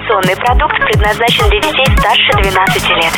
Информационный продукт предназначен для детей старше 12 лет.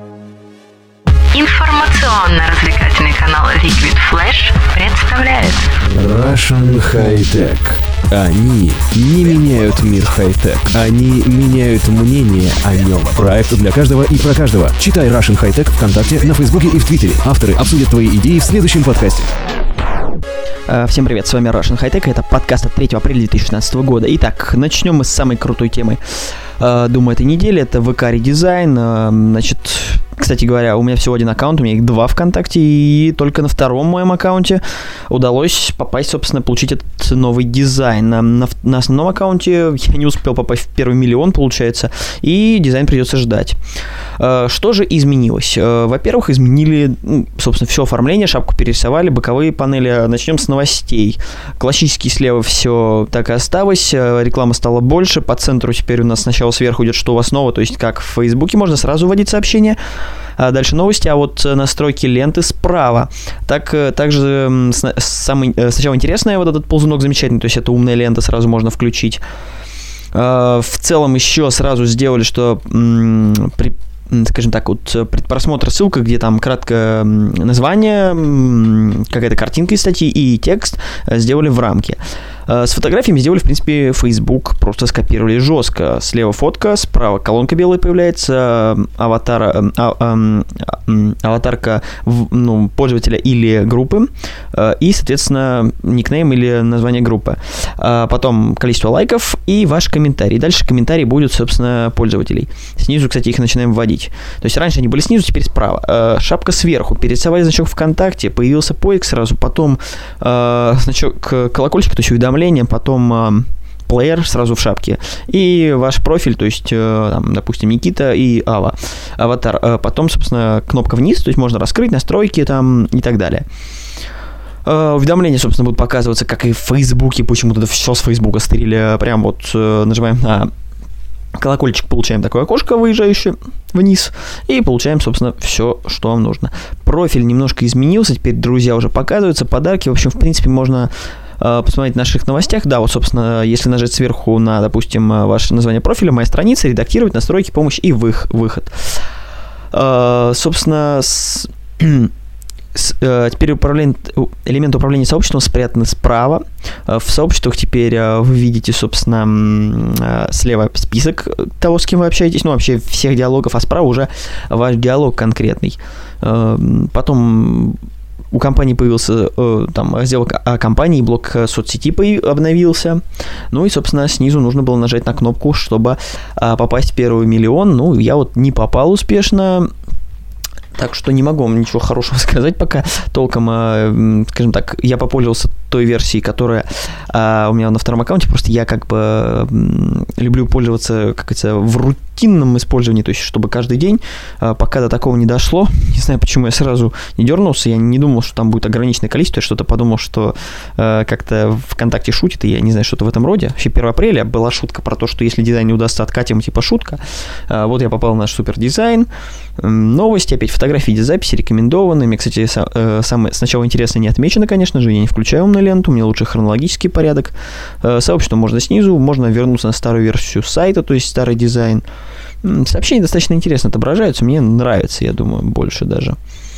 Информационно-развлекательный канал Liquid Flash представляет Russian High-Tech. Они не меняют мир хай-тек. Они меняют мнение о нем. Проект для каждого и про каждого. Читай Russian High-Tech ВКонтакте, на Фейсбуке и в Твиттере. Авторы обсудят твои идеи в следующем подкасте. Всем привет, с вами Russian High-Tech, это подкаст от 3 апреля 2016 года. Итак, начнем мы с самой крутой темы, думаю, этой недели, это ВК редизайн. Значит, кстати говоря, у меня всего один аккаунт, у меня их два ВКонтакте, и только на втором моем аккаунте удалось попасть, собственно, получить этот новый дизайн. На основном аккаунте я не успел попасть в первый миллион, получается, и дизайн придется ждать. Что же изменилось? Во-первых, изменили, собственно, все оформление, шапку перерисовали, боковые панели. Начнем с новостей. Классически слева все так и осталось, реклама стала больше, по центру теперь у нас сначала сверху идет, что у вас нового, то есть как в Фейсбуке можно сразу вводить сообщения. Дальше новости, а вот настройки ленты справа. Также сначала интересное, вот этот ползунок замечательный, то есть это умная лента, сразу можно включить. В целом еще сразу сделали, что скажем так, вот предпросмотр ссылка, где там краткое название, какая-то картинка из статьи и текст сделали в рамке. С фотографиями сделали, в принципе, Facebook, просто скопировали жестко. Слева фотка, справа колонка белая появляется, аватарка пользователя или группы, и, соответственно, никнейм или название группы. Потом количество лайков и ваш комментарий. Дальше комментарии будут, собственно, пользователей. Снизу, кстати, их начинаем вводить. То есть раньше они были снизу, теперь справа. Шапка сверху. Перерисовали значок ВКонтакте, появился поиск сразу, потом значок колокольчик, то есть уведомление, потом плеер сразу в шапке, и ваш профиль, то есть, там, допустим, Никита и аватар. Потом, собственно, кнопка вниз, то есть можно раскрыть настройки там и так далее. Уведомления, собственно, будут показываться, как и в Фейсбуке, почему-то это все с Фейсбука стырили. Прям вот нажимаем на колокольчик, получаем такое окошко, выезжающее вниз, и получаем, собственно, все, что вам нужно. Профиль немножко изменился, теперь друзья уже показываются, подарки. В общем, в принципе, можно посмотреть в наших новостях. Да, вот, собственно, если нажать сверху на, допустим, ваше название профиля, моя страница, редактировать, настройки, помощь и выход. Собственно, теперь элементы управления сообществом спрятаны справа. В сообществах теперь вы видите, собственно, слева список того, с кем вы общаетесь, вообще всех диалогов, а справа уже ваш диалог конкретный. Потом у компании появился там раздел о компании, блок соцсети обновился. Ну и, собственно, снизу нужно было нажать на кнопку, чтобы попасть в первый миллион. Я вот не попал успешно, так что не могу вам ничего хорошего сказать пока толком. Скажем так, я попользовался той версией, которая у меня на втором аккаунте. Просто я как бы люблю пользоваться, как это, в рутинном использовании, то есть чтобы каждый день, пока до такого не дошло. Не знаю, почему я сразу не дернулся, я не думал, что там будет ограниченное количество, я что-то подумал, что как-то ВКонтакте шутит, и я не знаю, что-то в этом роде. Вообще 1 апреля была шутка про то, что если дизайн не удастся, откатим, типа шутка. Вот я попал в наш супер дизайн. Новости, опять фотографии, записи рекомендованы. Мне, кстати, самое сначала интересное не отмечено, конечно же, я не включаю умную ленту, у меня лучше хронологический порядок. Сообщество можно снизу, можно вернуться на старую версию сайта, то есть старый дизайн. Сообщения достаточно интересно отображаются, мне нравится, я думаю, больше даже.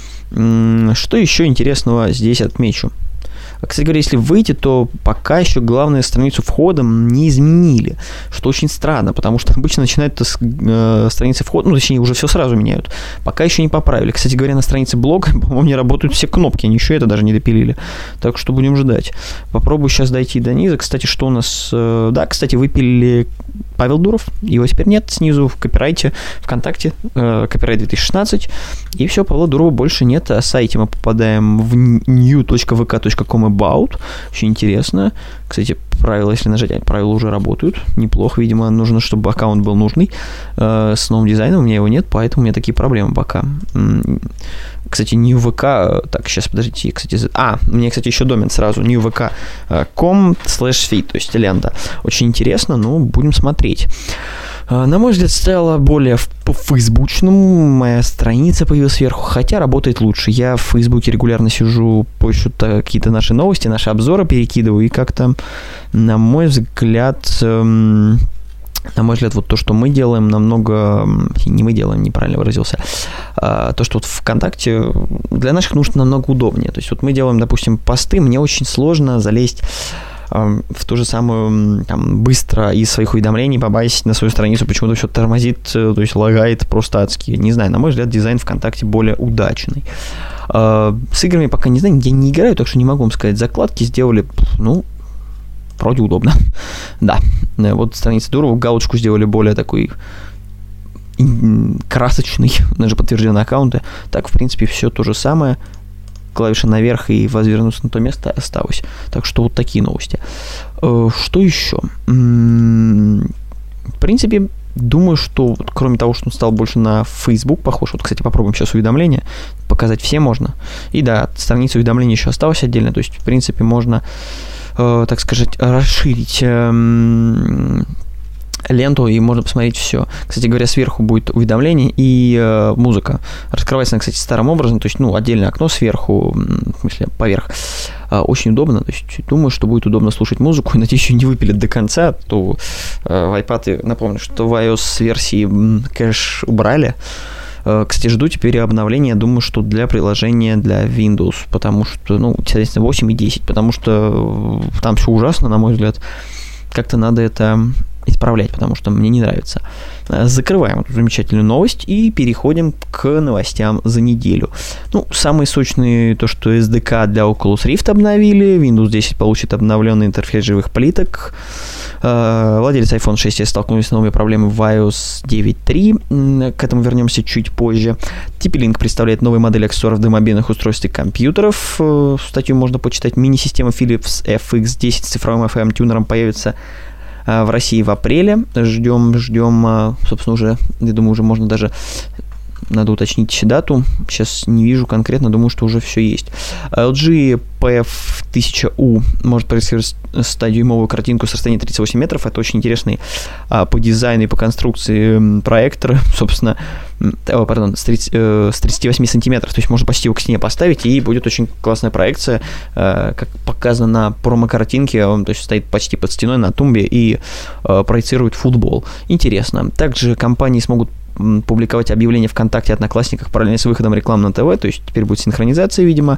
Что еще интересного здесь отмечу? Кстати говоря, если выйти, то пока еще главную страницу входа не изменили, что очень странно, потому что обычно начинают с страницы входа, точнее, уже все сразу меняют. Пока еще не поправили. Кстати говоря, на странице блога, по-моему, не работают все кнопки, они еще это даже не допилили. Так что будем ждать. Попробую сейчас дойти до низа. Кстати, что у нас... Да, кстати, выпилили Павел Дуров, его теперь нет, снизу в копирайте ВКонтакте, копирайт 2016, и все, Павла Дурова больше нет. О сайте мы попадаем в new.vk.com about, очень интересно. Кстати, правила, если нажать, правила уже работают, неплохо, видимо, нужно, чтобы аккаунт был нужный, с новым дизайном, у меня его нет, поэтому у меня такие проблемы пока. Кстати, newvk, так, сейчас, подождите, кстати, у меня, кстати, еще домен сразу, newvk.com/feed, то есть лента. Очень интересно, будем смотреть. На мой взгляд, стало более по-фейсбучному, моя страница появилась сверху, хотя работает лучше. Я в Фейсбуке регулярно сижу, пощу какие-то наши новости, наши обзоры перекидываю, и как-то, на мой взгляд, На мой взгляд, вот то, что мы делаем, намного... Не мы делаем, неправильно выразился. То, что вот ВКонтакте для наших нужд намного удобнее. То есть вот мы делаем, допустим, посты, мне очень сложно залезть в ту же самую, там, быстро из своих уведомлений побасить на свою страницу, почему-то все тормозит, то есть лагает просто адски. Не знаю, на мой взгляд, дизайн ВКонтакте более удачный. С играми пока не знаю, я не играю, так что не могу вам сказать. Закладки сделали, ну, вроде удобно. Да, вот страница здорово, галочку сделали более такой красочный, даже подтвержденные аккаунты. Так, в принципе, все то же самое. Клавиша наверх и возвернуться на то место осталось. Так что вот такие новости. Что еще? В принципе, думаю, что кроме того, что он стал больше на Facebook похож, вот, кстати, попробуем сейчас уведомления, показать все можно. И да, страница уведомлений еще осталась отдельно, то есть, в принципе, можно, так сказать, расширить ленту, и можно посмотреть все. Кстати говоря, сверху будет уведомление и музыка. Раскрывается она, кстати, старым образом, то есть, ну, отдельное окно сверху, в смысле, поверх. Очень удобно, то есть, думаю, что будет удобно слушать музыку, и, надеюсь, ее не выпилят до конца, то в iPad, напомню, что в iOS-версии кэш убрали. Кстати, жду теперь обновления, думаю, что для приложения для Windows, потому что, ну, соответственно, 8 и 10, потому что там все ужасно, на мой взгляд. Как-то надо это исправлять, потому что мне не нравится. Закрываем эту замечательную новость и переходим к новостям за неделю. Ну, самые сочные то, что SDK для Oculus Rift обновили, Windows 10 получит обновленный интерфейс живых плиток, владельцы iPhone 6s столкнулись с новыми проблемами в iOS 9.3, к этому вернемся чуть позже. TP-Link представляет новые модели аксессуаров для мобильных устройств и компьютеров, статью можно почитать. Мини-система Philips FX10 с цифровым FM-тюнером появится в России в апреле. Ждем, собственно, уже, я думаю, уже можно даже, надо уточнить дату, сейчас не вижу конкретно, думаю, что уже все есть. LG PF1000U может проецировать 100-дюймовую картинку с расстояния 38 метров, это очень интересный по дизайну и по конструкции проектор, собственно, с 38 сантиметров, то есть можно почти его к стене поставить, и будет очень классная проекция, как показано на промо-картинке, он, то есть, стоит почти под стеной на тумбе и проецирует футбол. Интересно. Также компании смогут публиковать объявления ВКонтакте и Одноклассниках параллельно с выходом рекламы на ТВ, то есть теперь будет синхронизация, видимо.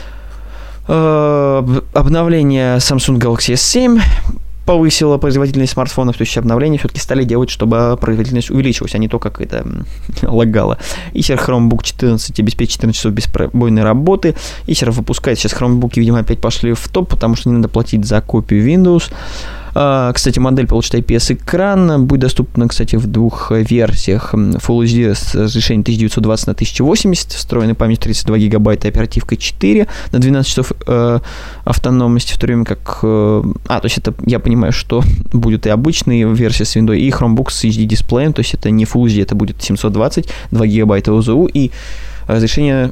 Обновление Samsung Galaxy S7 повысило производительность смартфонов, то есть обновления все-таки стали делать, чтобы производительность увеличилась, а не то, как это лагало. Acer Chromebook 14 обеспечит 14 часов бесперебойной работы. Acer выпускает сейчас Chromebook'и, видимо, опять пошли в топ, потому что не надо платить за копию Windows. Кстати, модель получит IPS-экран, будет доступна, кстати, в двух версиях. Full HD с разрешением 1920 на 1080, встроенной память 32 гигабайта, оперативкой 4 на 12 часов автономности, в то время как... то есть это, я понимаю, что будет и обычная версия с Windows, и Chromebook с HD-дисплеем, то есть это не Full HD, это будет 720, 2 гигабайта ОЗУ, и разрешение...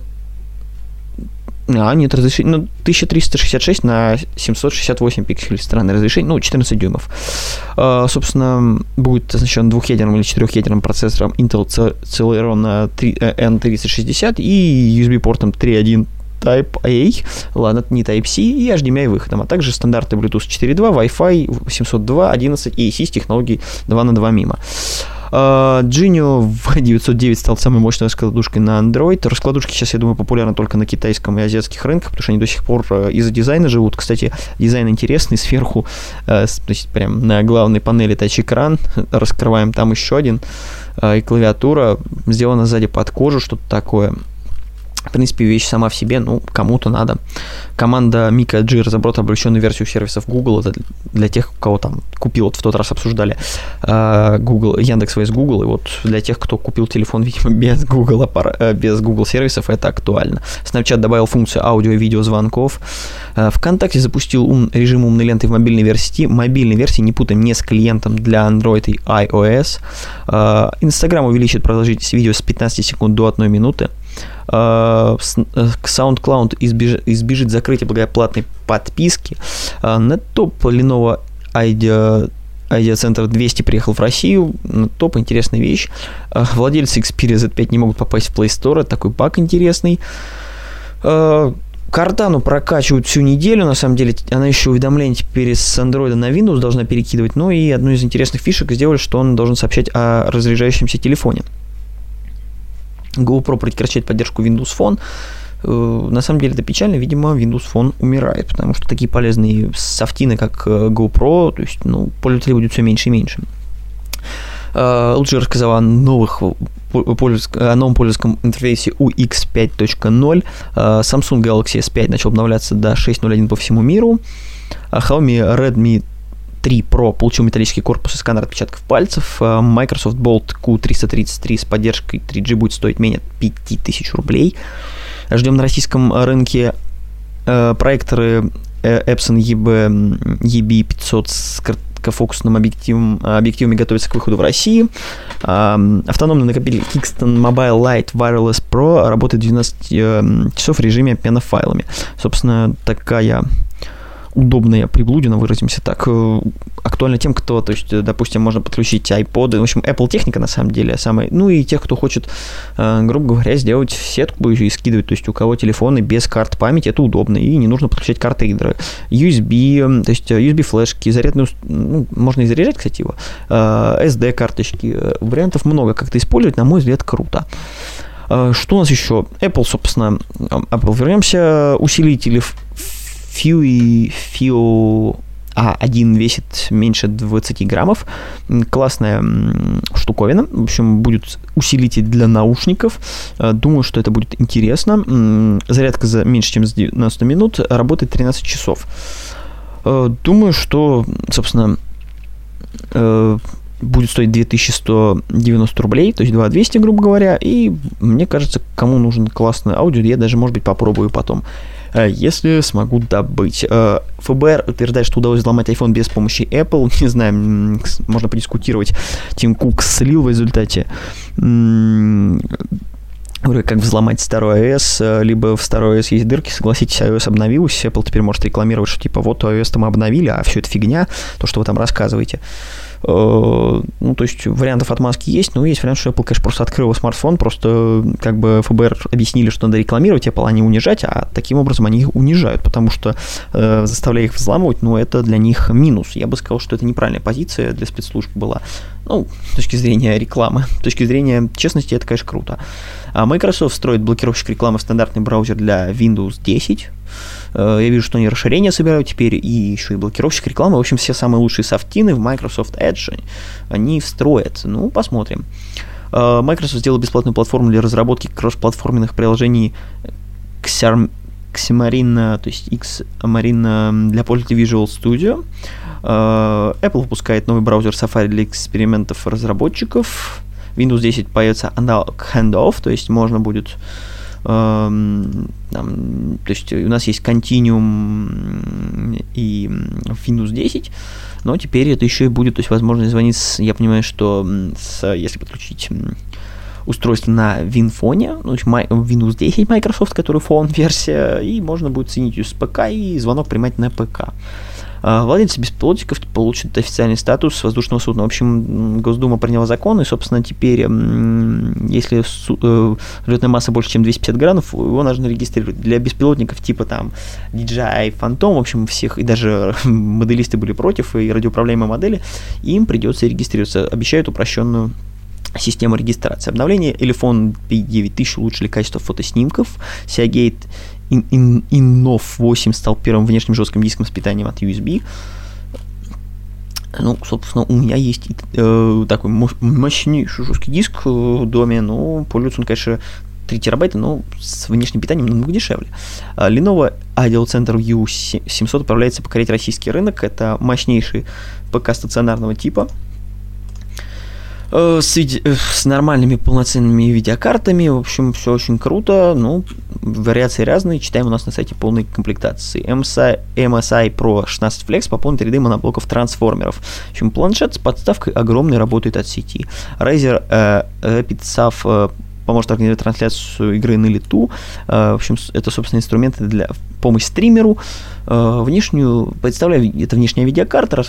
нет, разрешение, 1366 на 768 пикселей, странное разрешение, 14 дюймов. Собственно, будет оснащен двухъядерным или четырехъядерным процессором Intel Celeron N3060 и USB-портом 3.1 Type-A, ладно, не Type-C, и HDMI выходом, а также стандарты Bluetooth 4.2, Wi-Fi 702.11 и ASIS технологии 2 на 2 мимо. Genio V909 стал самой мощной раскладушкой на Android. Раскладушки сейчас, я думаю, популярны только на китайском и азиатских рынках, потому что они до сих пор из-за дизайна живут. Кстати, дизайн интересный, сверху, то есть прям на главной панели тач-экран, раскрываем там еще один, и клавиатура сделана сзади под кожу, что-то такое. В принципе, вещь сама в себе, кому-то надо. Команда Mika G разработала облегченную версию сервисов Google. Это для тех, кого там купил, вот в тот раз обсуждали Google, Яндекс.Вс Google. И вот для тех, кто купил телефон, видимо, без Google сервисов, это актуально. Snapchat добавил функцию аудио и видео звонков. ВКонтакте запустил режим умной ленты в мобильной версии, не путаем, не с клиентом для Android и iOS. Instagram увеличит продолжительность видео с 15 секунд до 1 минуты. SoundCloud избежит закрытия благодаря платной подписке. На топ Lenovo Idea Center 200 приехал в Россию. На топ интересная вещь. Владельцы Xperia Z5 не могут попасть в Play Store. Такой баг интересный. Картану прокачивают всю неделю, на самом деле. Она еще уведомления теперь с Android на Windows должна перекидывать. Ну и одну из интересных фишек сделали, что он должен сообщать о разряжающемся телефоне. GoPro прекращает поддержку Windows Phone. На самом деле это печально, видимо, Windows Phone умирает, потому что такие полезные софтины, как GoPro, то есть, пользователей будет все меньше и меньше. LG рассказал о новом пользовательском интерфейсе UX 5.0. Samsung Galaxy S5 начал обновляться до 6.0.1 по всему миру. Xiaomi Redmi 3 Pro получил металлический корпус и сканер отпечатков пальцев. Microsoft Bolt Q333 с поддержкой 3G будет стоить менее 5000 рублей. Ждем на российском рынке проекторы Epson EB500 с короткофокусным объективами готовятся к выходу в России. Автономный накопитель Kingston Mobile Lite Wireless Pro работает 12 часов в режиме обмена файлами. Собственно, такая удобная приблудина, выразимся так, актуальна тем, кто, то есть, допустим, можно подключить iPod, в общем, Apple техника, на самом деле, самая, и тех, кто хочет, грубо говоря, сделать сетку и скидывать, то есть, у кого телефоны без карт памяти, это удобно, и не нужно подключать карты ридеры. USB, то есть, USB-флешки, зарядную, можно и заряжать, кстати, его, SD-карточки, вариантов много, как это использовать, на мой взгляд, круто. Что у нас еще? Apple, собственно, вернемся, усилители FIO A1 весит меньше 20 граммов. Классная штуковина. В общем, будет усилитель для наушников. Думаю, что это будет интересно. Зарядка за меньше, чем за 90 минут. Работает 13 часов. Думаю, что, собственно, будет стоить 2190 рублей, то есть 2200, грубо говоря. И мне кажется, кому нужен классный аудио, я даже, может быть, попробую потом, если смогу добыть. ФБР утверждает, что удалось взломать iPhone без помощи Apple. Не знаю, можно подискутировать. Тим Кук слил в результате. Как взломать старый iOS, либо в старой iOS есть дырки, согласитесь, iOS обновилась, Apple теперь может рекламировать, что типа вот iOS-то мы обновили, а все это фигня, то, что вы там рассказываете. То есть вариантов отмазки есть, но есть вариант, что Apple, конечно, просто открыла смартфон, просто как бы ФБР объяснили, что надо рекламировать Apple, а не унижать, а таким образом они их унижают, потому что заставляя их взламывать, это для них минус. Я бы сказал, что это неправильная позиция для спецслужб была. С точки зрения рекламы, с точки зрения честности, это, конечно, круто. А Microsoft строит блокировщик рекламы в стандартный браузер для Windows 10. Я вижу, что они расширения собирают теперь, и еще и блокировщик рекламы. В общем, все самые лучшие софтины в Microsoft Edge они встроят. Посмотрим. Microsoft сделал бесплатную платформу для разработки кроссплатформенных приложений Xamarin, то есть Xamarin для пользователей Visual Studio. Apple выпускает новый браузер Safari для экспериментов разработчиков. Windows 10 появится Analog Handoff, то есть можно будет... то есть у нас есть Continuum и Windows 10, но теперь это еще и будет, то есть возможность звонить, я понимаю, что если подключить устройство на WinPhone, Windows 10 Microsoft, который Phone-версия, и можно будет соединить ее с ПК и звонок принимать на ПК. Владельцы беспилотников получат официальный статус воздушного судна. В общем, Госдума приняла закон, и, собственно, теперь, если взлетная масса больше, чем 250 граммов, его нужно регистрировать. Для беспилотников типа там DJI Phantom, в общем, всех, и даже моделисты были против, и радиоуправляемые модели, им придется регистрироваться. Обещают упрощенную систему регистрации. Обновление Elephone P9000 улучшили качество фотоснимков. Seagate Innov 8 стал первым внешним жестким диском с питанием от USB. Собственно, у меня есть такой мощнейший жесткий диск в доме, пользуется он, конечно, 3 терабайта, но с внешним питанием намного дешевле. Lenovo Ideal Center U700 отправляется покорять российский рынок. Это мощнейший ПК стационарного типа, с нормальными полноценными видеокартами. В общем, все очень круто. Вариации разные. Читаем у нас на сайте полной комплектации. MSI Pro 16 Flex пополнит ряды моноблоков трансформеров. В общем, планшет с подставкой огромный, работает от сети. Razer Rapid SAF поможет организовать трансляцию игры на лету. В общем, это, собственно, инструменты для помощи стримеру. Представляю, это внешняя видеокарта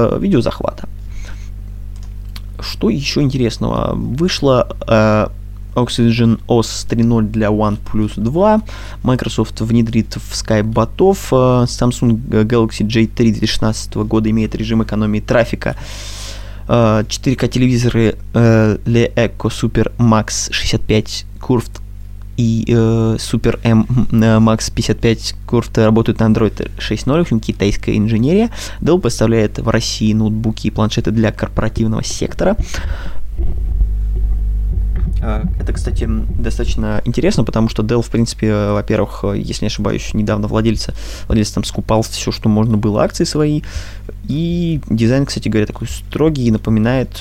видеозахвата. Что еще интересного? Вышла Oxygen OS 3.0 для OnePlus 2. Microsoft внедрит в Skype ботов. Samsung Galaxy J3 2016 года имеет режим экономии трафика. 4К телевизоры LeEco Super Max 65 Curved и Super M Max 55 Curved работают на Android 6.0, китайская инженерия. Dell поставляет в России ноутбуки и планшеты для корпоративного сектора. Это, кстати, достаточно интересно, потому что Dell, в принципе, во-первых, если не ошибаюсь, недавно владелец там скупал все, что можно было, акции свои, и дизайн, кстати говоря, такой строгий, напоминает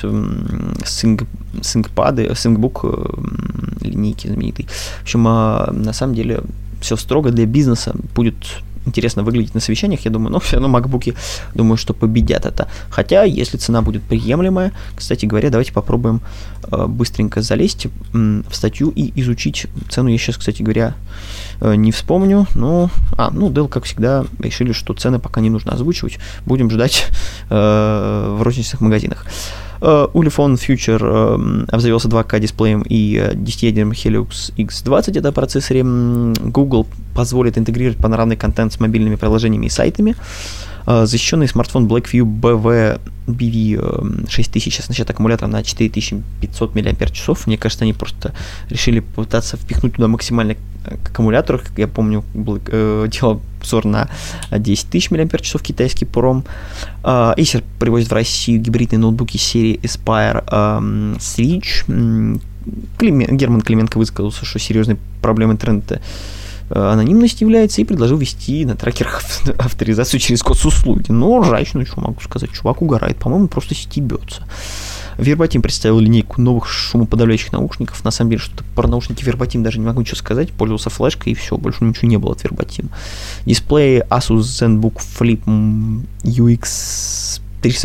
ThinkBook линейки знаменитой. В общем, на самом деле, все строго для бизнеса, будет интересно выглядеть на совещаниях, я думаю, но все равно макбуки, думаю, что победят это. Хотя, если цена будет приемлемая, кстати говоря, давайте попробуем быстренько залезть в статью и изучить цену. Я сейчас, кстати говоря, не вспомню, но... Dell, как всегда, решили, что цены пока не нужно озвучивать. Будем ждать в розничных магазинах. Ulefone Future обзавелся 2К дисплеем и 10-ядерным Helix X20, это процессоре. Google позволит интегрировать панорамный контент с мобильными приложениями и сайтами. Защищенный смартфон Blackview BV 6000 оснащает аккумулятором на 4500 мАч. Мне кажется, они просто решили попытаться впихнуть туда максимальный аккумулятор. Как я помню, делал обзор на 10 тысяч мАч китайский пром. Acer привозит в Россию гибридные ноутбуки серии Aspire Switch. Герман Клименко высказался, что серьезной проблемой интернета анонимность является, и предложил ввести на трекерах авторизацию через госуслуги. Но ржач, что могу сказать, чувак угорает, по-моему, просто стебется. Verbatim представил линейку новых шумоподавляющих наушников. На самом деле, что-то про наушники Verbatim даже не могу ничего сказать. Пользовался флешкой, и все, больше ничего не было от Verbatim. Дисплей Asus ZenBook Flip UX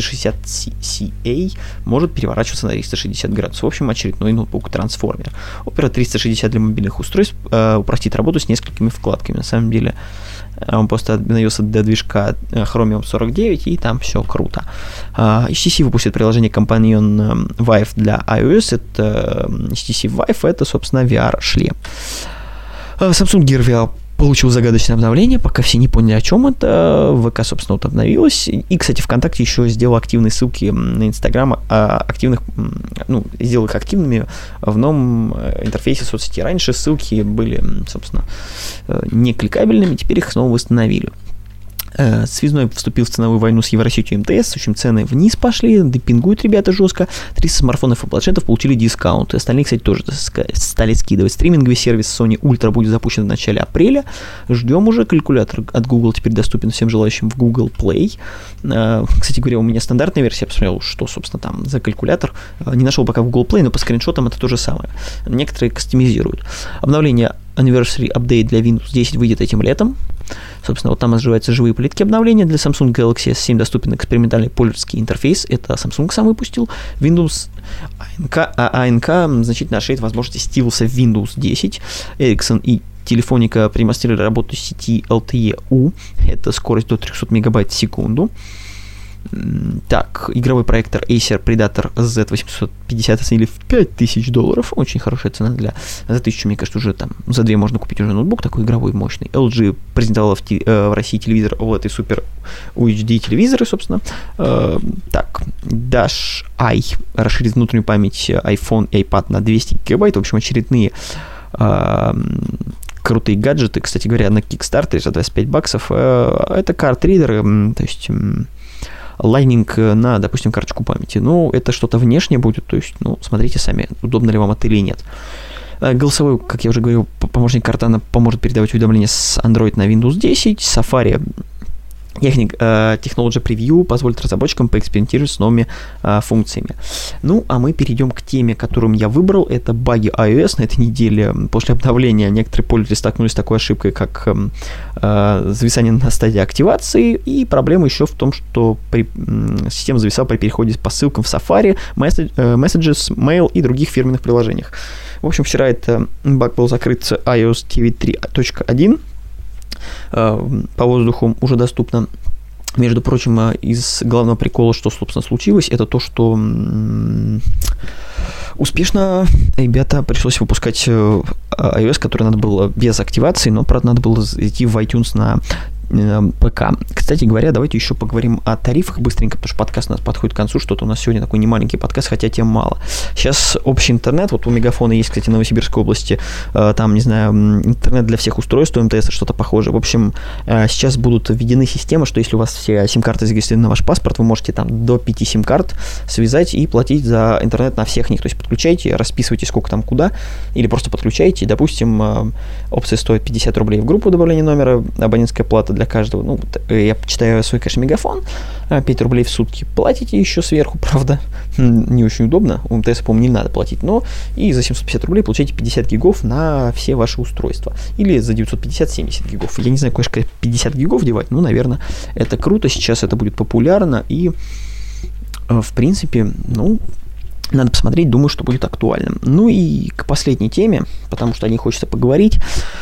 360CA может переворачиваться на 360 градусов. В общем, очередной ноутбук-трансформер. Opera 360 для мобильных устройств упростит работу с несколькими вкладками. На самом деле, он просто обновился до движка Chromium 49, и там все круто. HTC выпустит приложение Companion Vive для iOS. Это HTC Vive, это, собственно, VR-шлем. Samsung Gear VR получил загадочное обновление, пока все не поняли, о чем это. ВК, собственно, вот обновилось. И, кстати, ВКонтакте еще сделал активные ссылки на Инстаграм, сделал их активными в новом интерфейсе соцсети. Раньше ссылки были, собственно, не кликабельными, теперь их снова восстановили. Связной вступил в ценовую войну с Евросетью МТС, в общем, цены вниз пошли, демпингуют ребята жестко, 300 смартфонов и планшетов получили дискаунты, остальные, кстати, тоже стали скидывать. Стриминговый сервис Sony Ultra будет запущен в начале апреля, ждем уже, калькулятор от Google теперь доступен всем желающим в Google Play. Кстати говоря, у меня стандартная версия, я посмотрел, что, собственно, там за калькулятор, не нашел пока в Google Play, но по скриншотам это то же самое, некоторые кастомизируют. Обновление Anniversary Update для Windows 10 выйдет этим летом. Собственно, вот там развиваются живые плитки обновления. Для Samsung Galaxy S7 доступен экспериментальный пользовательский интерфейс. Это Samsung сам выпустил. Windows ANK значительно расширит возможности стилуса в Windows 10. Ericsson и Telefonica продемонстрировали работу сети LTE-U. Это скорость до 300 мегабайт в секунду. Так, игровой проектор Acer Predator Z850 оценили в $5000. Очень хорошая цена за 1000, мне кажется, уже там за 2 можно купить уже ноутбук такой игровой мощный. LG презентовала в России телевизор OLED и Super UHD телевизоры, собственно. Так, Dash I расширит внутреннюю память iPhone и iPad на 200 гигабайт. В общем, очередные крутые гаджеты. Кстати говоря, на Kickstarter за $25. Это карт-ридеры, то есть Lightning на, допустим, карточку памяти. Ну, это что-то внешнее будет, то есть, смотрите сами, удобно ли вам это или нет. Голосовой, как я уже говорил, помощник Cortana поможет передавать уведомления с Android на Windows 10. Safari Technology Preview позволит разработчикам поэкспериментировать с новыми функциями. Ну, а мы перейдем к теме, которую я выбрал. Это баги iOS. На этой неделе после обновления некоторые пользователи столкнулись с такой ошибкой, как зависание на стадии активации. И проблема еще в том, что система зависала при переходе по ссылкам в Safari, Messages, Mail и других фирменных приложениях. В общем, вчера этот баг был закрыт с iOS TV 3.1. По воздуху уже доступно. Между прочим, из главного прикола, что, собственно, случилось, это то, что Успешно ребята пришлось выпускать iOS, который надо было без активации, но, правда, надо было идти в iTunes на ПК. Кстати говоря, давайте еще поговорим о тарифах быстренько, потому что подкаст у нас подходит к концу, что-то у нас сегодня такой немаленький подкаст, хотя тем мало. Сейчас общий интернет, вот у Мегафона есть, кстати, в Новосибирской области, там, не знаю, интернет для всех устройств, у МТС что-то похожее. В общем, сейчас будут введены системы, что если у вас все сим-карты зарегистрированы на ваш паспорт, вы можете там до 5 сим-карт связать и платить за интернет на всех них. То есть подключайте, расписывайте, сколько там куда, или просто подключайте. Допустим, опция стоит 50 рублей в группу добавления номера, абонентская плата для каждого. Ну, я читаю свой, конечно, Мегафон, 5 рублей в сутки. Платите еще сверху, правда, не очень удобно. У МТС, по-моему, не надо платить, но и за 750 рублей получаете 50 гигов на все ваши устройства. Или за 950-70 гигов. Я не знаю, конечно, 50 гигов девать, но, наверное, это круто. Сейчас это будет популярно и, в принципе, ну, надо посмотреть, думаю, что будет актуальным. Ну и к последней теме, потому что о ней хочется поговорить.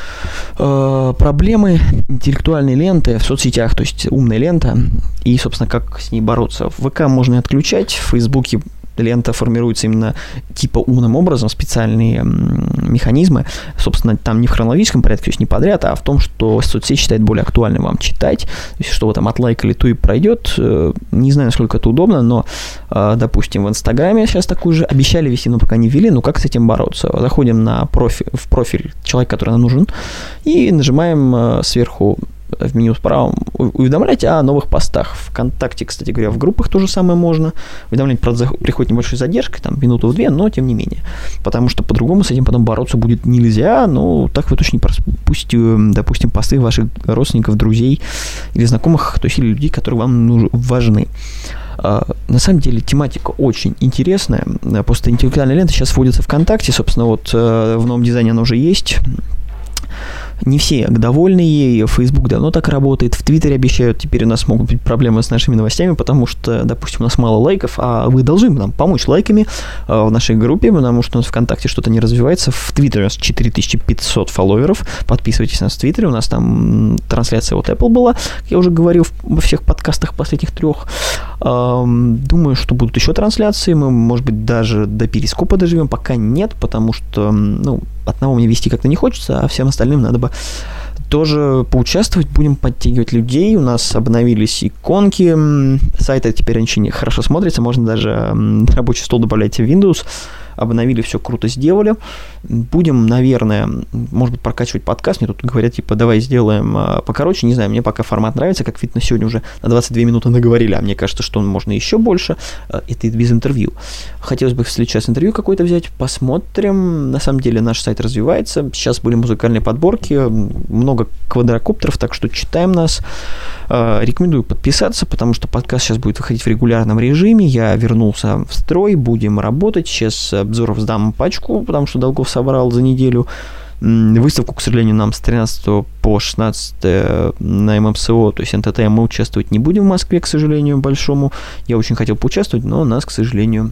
Проблемы интеллектуальной ленты в соцсетях, то есть умная лента, и, собственно, как с ней бороться. В ВК можно отключать, в Фейсбуке лента формируется именно типа умным образом, специальные механизмы. Собственно, там не в хронологическом порядке, то есть не подряд, а в том, что соцсеть считает более актуальным вам читать. То есть, что вы там отлайкали, то и пройдет. Не знаю, насколько это удобно, но, допустим, в Инстаграме сейчас такую же обещали вести, но пока не ввели. Ну, как с этим бороться? Заходим в профиль человека, который нам нужен, и нажимаем сверху в меню справа уведомлять о новых постах. ВКонтакте, кстати говоря, в группах то же самое можно. Уведомлять, правда, приходит небольшой задержкой, там, минуту-две, но тем не менее. Потому что по-другому с этим потом бороться будет нельзя, но так вы точно не пропустите, допустим, посты ваших родственников, друзей или знакомых, то есть или людей, которые вам важны. На самом деле тематика очень интересная. Просто интеллектуальная лента сейчас вводится ВКонтакте, собственно, вот в новом дизайне она уже есть. Не все довольны ей, Facebook давно так работает, в Твиттере обещают, теперь у нас могут быть проблемы с нашими новостями, потому что, допустим, у нас мало лайков, а вы должны нам помочь лайками в нашей группе, потому что у нас ВКонтакте что-то не развивается, в Твиттере у нас 4500 фолловеров, подписывайтесь на нас в Твиттере, у нас там трансляция от Apple была, как я уже говорил во всех подкастах последних 3. Думаю, что будут еще трансляции, мы, может быть, даже до Перископа доживем, пока нет, потому что, ну, одного мне вести как-то не хочется, а всем остальным надо бы тоже поучаствовать, будем подтягивать людей, у нас обновились иконки, сайты теперь очень хорошо смотрятся, можно даже рабочий стол добавлять в Windows, обновили, все круто сделали. Будем, наверное, может быть, прокачивать подкаст. Мне тут говорят, типа, давай сделаем покороче. Не знаю, мне пока формат нравится. Как видно, сегодня уже на 22 минуты наговорили, а мне кажется, что можно еще больше. Это без интервью. Хотелось бы в следующий раз интервью какое-то взять. Посмотрим. На самом деле наш сайт развивается. Сейчас были музыкальные подборки. Много квадрокоптеров, так что читаем нас. Рекомендую подписаться, потому что подкаст сейчас будет выходить в регулярном режиме. Я вернулся в строй. Будем работать. Сейчас обзоров сдам пачку, потому что долгов собрал за неделю. Выставку, к сожалению, нам с 13 по 16 на ММСО, то есть НТТ, мы участвовать не будем в Москве, к сожалению, большому. Я очень хотел поучаствовать, но нас, к сожалению,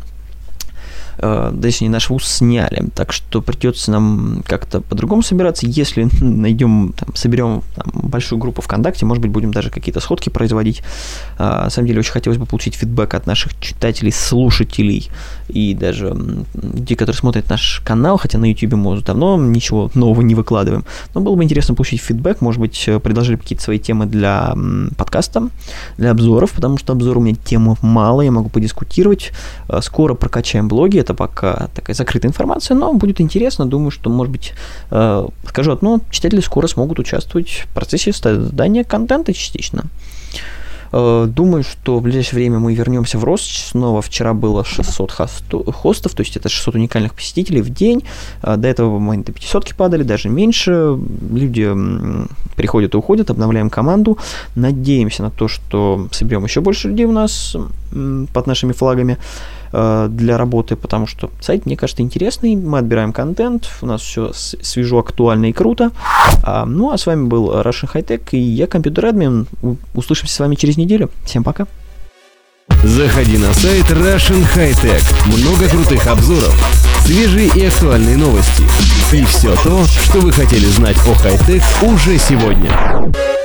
точнее, наш вуз сняли, так что придется нам как-то по-другому собираться. Если найдем, соберем большую группу ВКонтакте, может быть, будем даже какие-то сходки производить. На самом деле, очень хотелось бы получить фидбэк от наших читателей, слушателей и даже людей, которые смотрят наш канал, хотя на YouTube мы уже давно ничего нового не выкладываем. Но было бы интересно получить фидбэк, может быть, предложили какие-то свои темы для подкаста, для обзоров, потому что обзор у меня тем мало, я могу подискутировать. Скоро прокачаем блоги, это пока такая закрытая информация, но будет интересно. Думаю, что, может быть, скажу одно, читатели скоро смогут участвовать в процессе создания контента частично. Думаю, что в ближайшее время мы вернемся в рост. Снова вчера было 600 хостов, то есть это 600 уникальных посетителей в день. До этого мы до 500 падали, даже меньше. Люди приходят и уходят, обновляем команду. Надеемся на то, что соберем еще больше людей у нас под нашими флагами для работы, потому что сайт, мне кажется, интересный, мы отбираем контент, у нас все свежо, актуально и круто. Ну, а с вами был Russian High Tech и я, компьютер-админ. Услышимся с вами через неделю. Всем пока. Заходи на сайт Russian High Tech. Много крутых обзоров, свежие и актуальные новости и все то, что вы хотели знать о хай-тек уже сегодня.